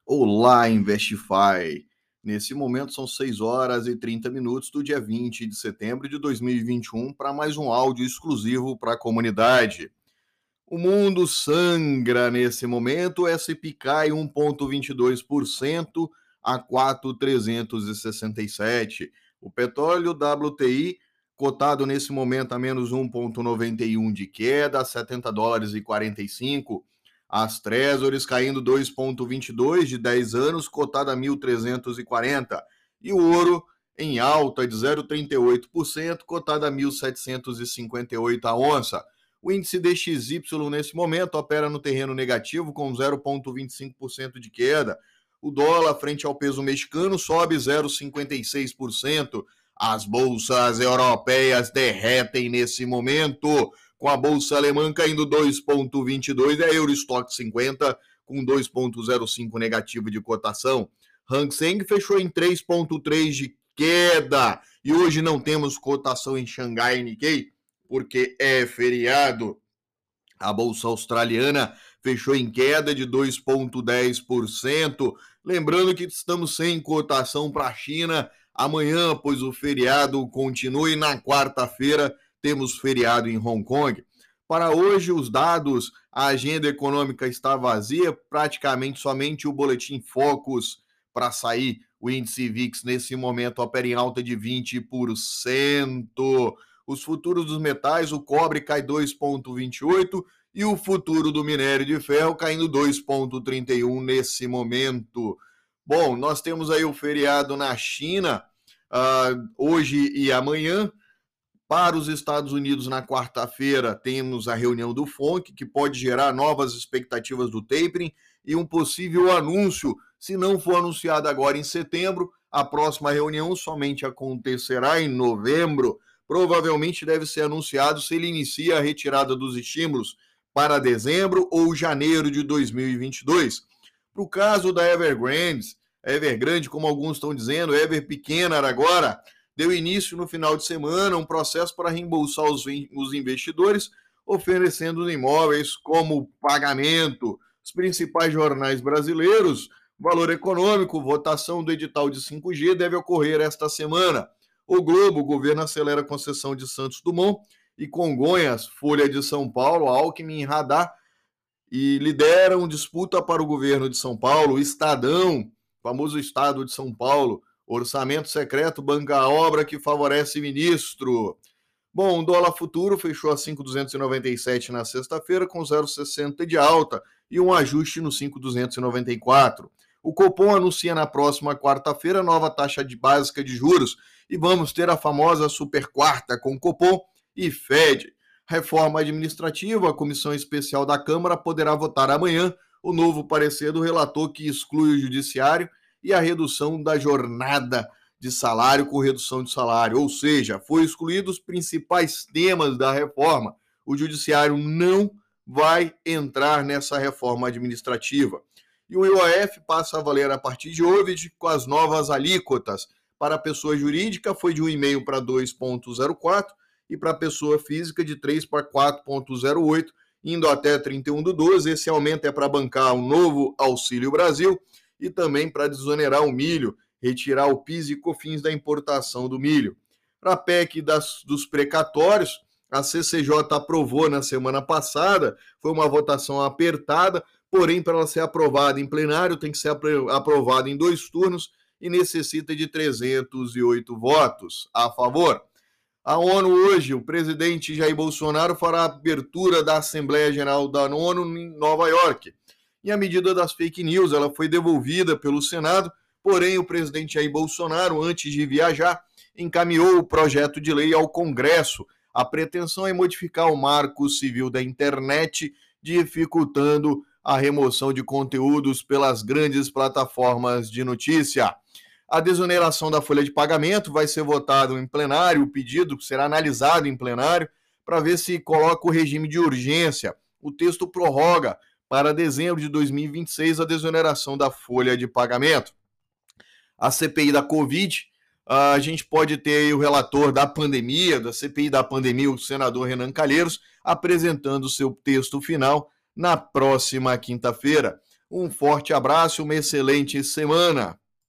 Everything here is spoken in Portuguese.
Olá, Investify! Nesse momento são 6 horas e 30 minutos do dia 20 de setembro de 2021 para mais um áudio exclusivo para a comunidade. O mundo sangra nesse momento, o S&P cai 1,22% a 4.367. O petróleo WTI cotado nesse momento a menos 1,91 de queda, a 70 dólares e 45. As Treasuries caindo 2,22 de 10 anos, cotada a 1.340. E o ouro em alta de 0,38%, cotada a 1.758 a onça. O índice DXY nesse momento opera no terreno negativo com 0,25% de queda. O dólar frente ao peso mexicano sobe 0,56%. As bolsas europeias derretem nesse momento, com a bolsa alemã caindo 2,22% e a Eurostoxx 50 com 2,05% negativo de cotação. Hang Seng fechou em 3,3% de queda e hoje não temos cotação em Xangai Nikkei, porque é feriado. A bolsa australiana fechou em queda de 2,10%. Lembrando que estamos sem cotação para a China amanhã, pois o feriado continua, e na quarta-feira temos feriado em Hong Kong. Para hoje, os dados, a agenda econômica está vazia, praticamente somente o boletim Focus para sair. O índice VIX nesse momento opera em alta de 20%. Os futuros dos metais, o cobre cai 2,28% e o futuro do minério de ferro caindo 2,31% nesse momento. Bom, nós temos aí o feriado na China hoje e amanhã. Para os Estados Unidos, na quarta-feira, temos a reunião do FONC, que pode gerar novas expectativas do tapering e um possível anúncio. Se não for anunciado agora em setembro, a próxima reunião somente acontecerá em novembro. Provavelmente deve ser anunciado se ele inicia a retirada dos estímulos para dezembro ou janeiro de 2022. Para o caso da Evergrande, como alguns estão dizendo, Ever Pequenar agora, deu início no final de semana um processo para reembolsar os investidores, oferecendo os imóveis como pagamento. Os principais jornais brasileiros, Valor Econômico, votação do edital de 5G deve ocorrer esta semana. O Globo, o governo acelera a concessão de Santos Dumont, e Congonhas, Folha de São Paulo, Alckmin e Radar, e lideram disputa para o governo de São Paulo. O Estadão, famoso Estado de São Paulo, orçamento secreto banca a obra que favorece ministro. Bom, o dólar futuro fechou a 5,297 na sexta-feira com 0,60 de alta e um ajuste no 5,294. O Copom anuncia na próxima quarta-feira nova taxa básica de juros e vamos ter a famosa super quarta com Copom e Fed. Reforma administrativa, a Comissão Especial da Câmara poderá votar amanhã o novo parecer do relator que exclui o judiciário e a redução da jornada de salário com redução de salário, ou seja, foi excluído os principais temas da reforma. O judiciário não vai entrar nessa reforma administrativa. E o IOF passa a valer a partir de hoje com as novas alíquotas. Para a pessoa jurídica foi de 1,5% para 2,04% e para a pessoa física de 3% para 4,08%, indo até 31/12. Esse aumento é para bancar o novo Auxílio Brasil e também para desonerar o milho, retirar o PIS e COFINS da importação do milho. Para a PEC dos precatórios, a CCJ aprovou na semana passada, foi uma votação apertada, porém para ela ser aprovada em plenário tem que ser aprovada em 2 turnos e necessita de 308 votos a favor. A ONU hoje, o presidente Jair Bolsonaro fará a abertura da Assembleia Geral da ONU em Nova York. E a medida das fake news, ela foi devolvida pelo Senado, porém o presidente Jair Bolsonaro, antes de viajar, encaminhou o projeto de lei ao Congresso. A pretensão é modificar o Marco Civil da Internet, dificultando a remoção de conteúdos pelas grandes plataformas de notícia. A desoneração da folha de pagamento vai ser votado em plenário, o pedido será analisado em plenário para ver se coloca o regime de urgência. O texto prorroga para dezembro de 2026 a desoneração da folha de pagamento. A CPI da Covid, a gente pode ter aí o relator da pandemia, da CPI da pandemia, o senador Renan Calheiros, apresentando o seu texto final na próxima quinta-feira. Um forte abraço, uma excelente semana.